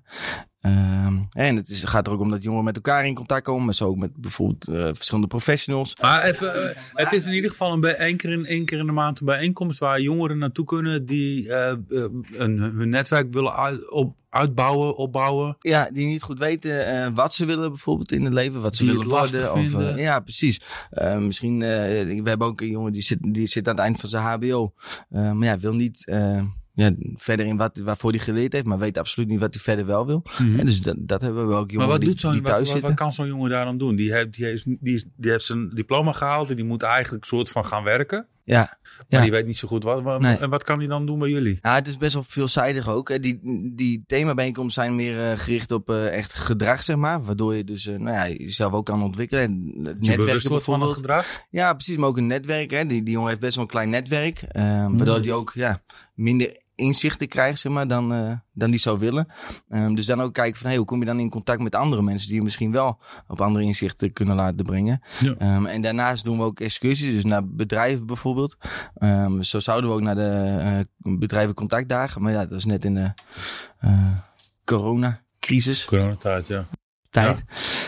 Um, en het is, gaat er ook om dat jongeren met elkaar in contact komen, maar zo ook met bijvoorbeeld uh, verschillende professionals.
Maar even, uh, het is in ieder geval een bij één keer in één keer in de maand een bijeenkomst waar jongeren naartoe kunnen die uh, uh, een, hun netwerk willen uit, op, uitbouwen, opbouwen.
Ja, die niet goed weten uh, wat ze willen bijvoorbeeld in het leven, wat ze
Die
willen
het lastig
worden. Of, uh,
vinden.
ja, precies. Uh, misschien, uh, we hebben ook een jongen die zit, die zit aan het eind van zijn H B O. Uh, maar ja, wil niet uh, ja, verder in wat waarvoor hij geleerd heeft, maar weet absoluut niet wat hij verder wel wil.
Mm-hmm.
En dus dat, dat hebben we ook jongeren
Maar wat
die,
doet zo'n,
die
wat,
thuis
wat,
zitten.
wat kan zo'n jongen daar dan doen? Die heeft, die, heeft, die, is, die heeft zijn diploma gehaald en die moet eigenlijk soort van gaan werken.
Ja,
Maar
ja.
die weet niet zo goed wat. wat
Nee.
En wat kan hij dan doen bij jullie?
Ja, het is best wel veelzijdig ook. Hè. Die, die themabijeenkomsten zijn meer uh, gericht op uh, echt gedrag, zeg maar. Waardoor je dus uh, nou ja, jezelf ook kan ontwikkelen. En het
Je bewust
netwerken
wordt van het
bijvoorbeeld.
gedrag?
Ja, precies. Maar ook een netwerk. Hè. Die, die jongen heeft best wel een klein netwerk. Uh,
Hmm.
Waardoor hij ook ja, minder inzichten krijgt, zeg maar, dan, uh, dan die zou willen. Um, dus dan ook kijken van, hey, hoe kom je dan in contact met andere mensen die je misschien wel op andere inzichten kunnen laten brengen.
Ja.
Um, en daarnaast doen we ook excursies, dus naar bedrijven bijvoorbeeld. Um, zo zouden we ook naar de uh, bedrijven contactdagen. Maar ja, dat is net in de uh, coronacrisis
Coronatijd, ja.
tijd.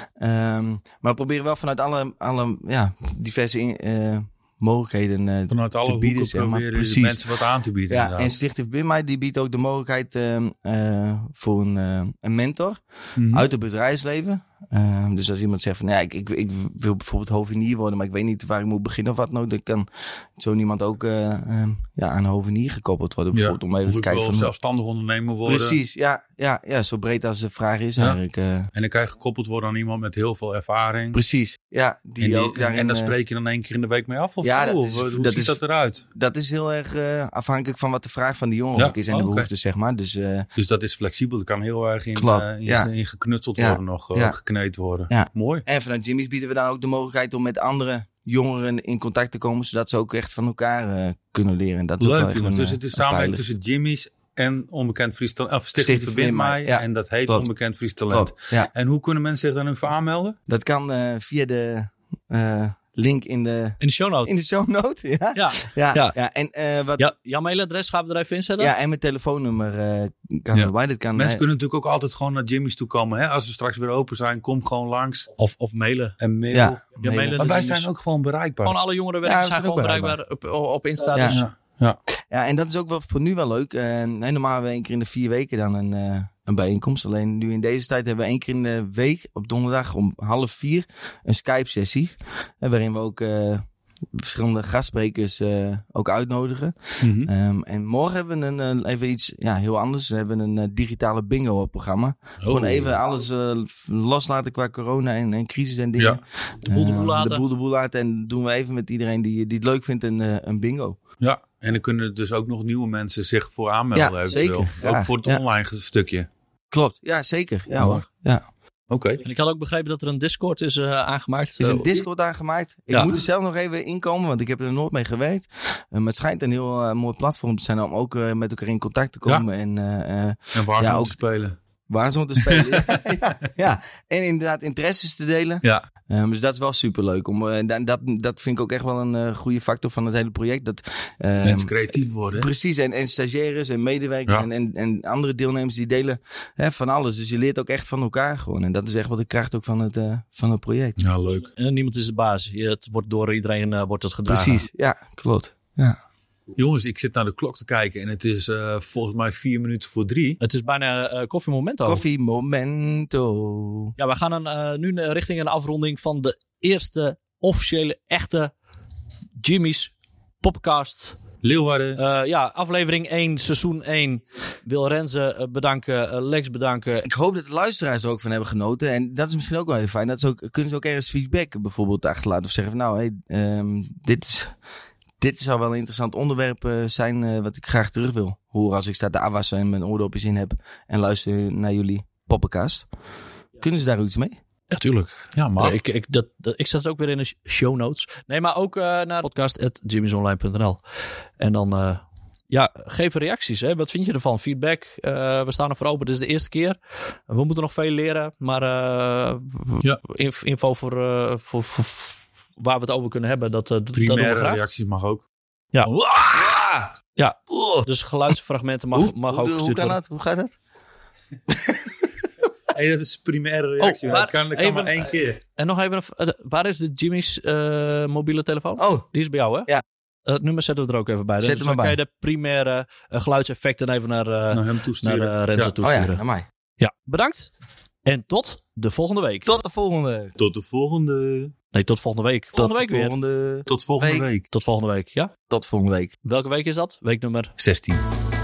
Ja. Um, maar we proberen wel vanuit alle, alle ja, diverse in, uh, mogelijkheden uh,
Vanuit alle
te bieden,
hoeken
zeg maar.
proberen de
Precies.
mensen wat aan te bieden.
Ja,
inderdaad.
en Stichting Verbind mij die biedt ook de mogelijkheid uh, uh, voor een, uh, een mentor
Mhm.
uit het bedrijfsleven. Uh, dus als iemand zegt van ja, ik, ik, ik wil bijvoorbeeld hovenier worden, maar ik weet niet waar ik moet beginnen of wat nou, dan kan zo iemand ook uh, uh, ja, aan een hovenier gekoppeld worden.
Ja.
Bijvoorbeeld om even
Of
te
ik
kijken
wil
van
zelfstandig ondernemer worden.
precies, ja, ja, ja, zo breed als de vraag is
Ja.
eigenlijk. Uh,
En dan kan je gekoppeld worden aan iemand met heel veel ervaring.
precies, ja, die,
en, die-
ook daarin,
en dan
uh,
spreek je dan één keer in de week mee af? Of
Ja,
zo?
dat
Of,
is-
hoe
dat
ziet
is-
dat eruit?
dat is heel erg uh, afhankelijk van wat de vraag van die jongen
Ja,
ook is en de
oh, oké.
behoeftes, zeg maar. Dus uh,
Dus dat is flexibel. Dat kan heel erg in,
Klopt,
uh, in,
ja.
in geknutseld
Ja,
worden nog. Uh,
ja.
Gekneed worden.
Ja.
Mooi.
En vanuit Jimmy's bieden we dan ook de mogelijkheid om met andere jongeren in contact te komen, zodat ze ook echt van elkaar uh, kunnen leren. En dat is ook wel
Leuk
echt
jongens.
een,
Dus
uh,
het is
een
samenwerking
pijler.
tussen Jimmy's en Onbekend Friesland. Of Stichting
Stichting
Verbind
Verbind
mij.
mij, ja.
En dat heet
Klopt.
Onbekend Friesland.
Klopt, ja.
En hoe kunnen mensen zich dan nu voor aanmelden?
Dat kan uh, via de uh, link in de,
In de show notes.
in de show note. Ja,
Ja.
ja, ja.
Ja.
En, uh, wat,
Ja, jouw mailadres gaan we er even inzetten.
ja, en mijn telefoonnummer uh, kan
Ja.
erbij. Dat kan,
Mensen
uh,
kunnen natuurlijk ook altijd gewoon naar Jimmy's toe komen. Hè? Als we straks weer open zijn, kom gewoon langs
Of, of mailen.
en mail.
Ja.
Ja, mailen.
Maar wij
Dus
zijn ook gewoon bereikbaar.
Gewoon alle jongerenwerkers
Ja, we
zijn
zijn
gewoon
ook
bereikbaar op, op Insta.
Ja.
Dus
Ja. Ja.
Ja, en dat is ook wel voor nu wel leuk. Uh, nee, normaal hebben we één keer in de vier weken dan een, uh, een bijeenkomst. Alleen nu in deze tijd hebben we één keer in de week op donderdag om half vier een Skype-sessie. Uh, waarin we ook uh, verschillende gastsprekers uh, ook uitnodigen.
Mm-hmm.
Um, en morgen hebben we een, uh, even iets ja, heel anders. We hebben een uh, digitale bingo op programma. Oh. Gewoon even alles uh, loslaten qua corona en, en crisis en dingen.
Ja.
De boel de boel laten.
Uh, de boel de boel laten. En doen we even met iedereen die, die het leuk vindt een, uh, een bingo.
Ja, en dan kunnen dus ook nog nieuwe mensen zich voor aanmelden.
Ja,
eventueel.
zeker. Ja,
ook voor het
ja.
online stukje.
Klopt, ja zeker. Ja,
Ja.
hoor. Ja.
Oké. Okay.
En ik had ook begrepen dat er een Discord is uh, aangemaakt.
Er is een Discord aangemaakt. Ik
Ja.
moet er zelf nog even inkomen, want ik heb er nooit mee gewerkt. Uh, maar het schijnt een heel uh, mooi platform te zijn om ook uh, met elkaar in contact te komen.
Ja.
En, uh, uh,
En waar
ja,
ze
ook
te spelen.
waar ze om te spelen. ja, ja, en inderdaad interesses te delen.
Ja.
Um, dus dat is wel superleuk. Om, uh, dat, dat, dat vind ik ook echt wel een uh, goede factor van het hele project. Dat, um,
Mensen creatief worden.
Precies, en, en stagiaires en medewerkers
Ja.
en, en, en andere deelnemers die delen hè, van alles. Dus je leert ook echt van elkaar gewoon. En dat is echt wat de kracht ook van het, uh, van het project.
Ja, leuk.
En niemand is de baas. Je, het wordt door iedereen uh, wordt het gedragen.
Precies, ja, klopt. Ja.
Jongens, ik zit naar de klok te kijken en het is uh, volgens mij vier minuten voor drie.
Het is bijna uh, koffiemomento.
Koffie momento.
Ja, we gaan een, uh, nu richting een afronding van de eerste officiële, echte Jimmy's podcast.
Leeuwarden.
Uh, ja, aflevering één, seizoen één. Wil Renze uh, bedanken, uh, Lex bedanken.
Ik hoop dat de luisteraars er ook van hebben genoten. En dat is misschien ook wel even fijn. Dat ze ook, kunnen ze ook ergens feedback bijvoorbeeld achterlaten. Of zeggen van nou, hey, um, dit is... Dit zou wel een interessant onderwerp uh, zijn uh, wat ik graag terug wil horen als ik sta te afwassen en mijn oordopjes in heb en luister naar jullie poppenkast. Kunnen ze daar iets mee?
Ja, tuurlijk.
Ja, maar.
Uh, ik, ik, dat, dat, ik zet het ook weer in de show notes. Nee, maar ook uh, naar podcast at jimmysonline punt n l. En dan, uh, ja, geef reacties. Hè? Wat vind je ervan? Feedback. Uh, we staan er voor open. Dit is de eerste keer. We moeten nog veel leren. Maar uh,
ja.
info voor, uh, voor, voor waar we het over kunnen hebben, dat, uh, dat doen we
Primaire
graag.
reacties mag ook.
Ja.
Ah!
Ja. Dus geluidsfragmenten mag,
hoe,
mag
hoe,
ook
hoe,
gestuurd
kan
worden.
dat? Hoe gaat dat?
Hey, dat is een primaire reactie.
Oh, waar,
dat kan, dat kan
even,
maar één keer.
En nog even, uh, waar is de Jimmy's uh, mobiele telefoon?
Oh.
Die is bij jou, hè?
Ja.
Uh, het nummer zetten we er ook even bij.
Zet
Dus
hem
dan
maar
kan
bij.
je de primaire uh, geluidseffecten even naar, uh,
Naar hem toesturen.
naar uh, Renze
Ja.
toesturen.
Oh ja, naar mij.
Ja, bedankt. En tot de volgende week.
Tot de volgende.
Tot de volgende.
Nee, tot volgende week. Volgende
Tot
week
de
weer.
volgende
Tot volgende
week.
week.
Tot volgende week, ja?
Tot volgende week.
Welke week is dat? Week nummer
zestien.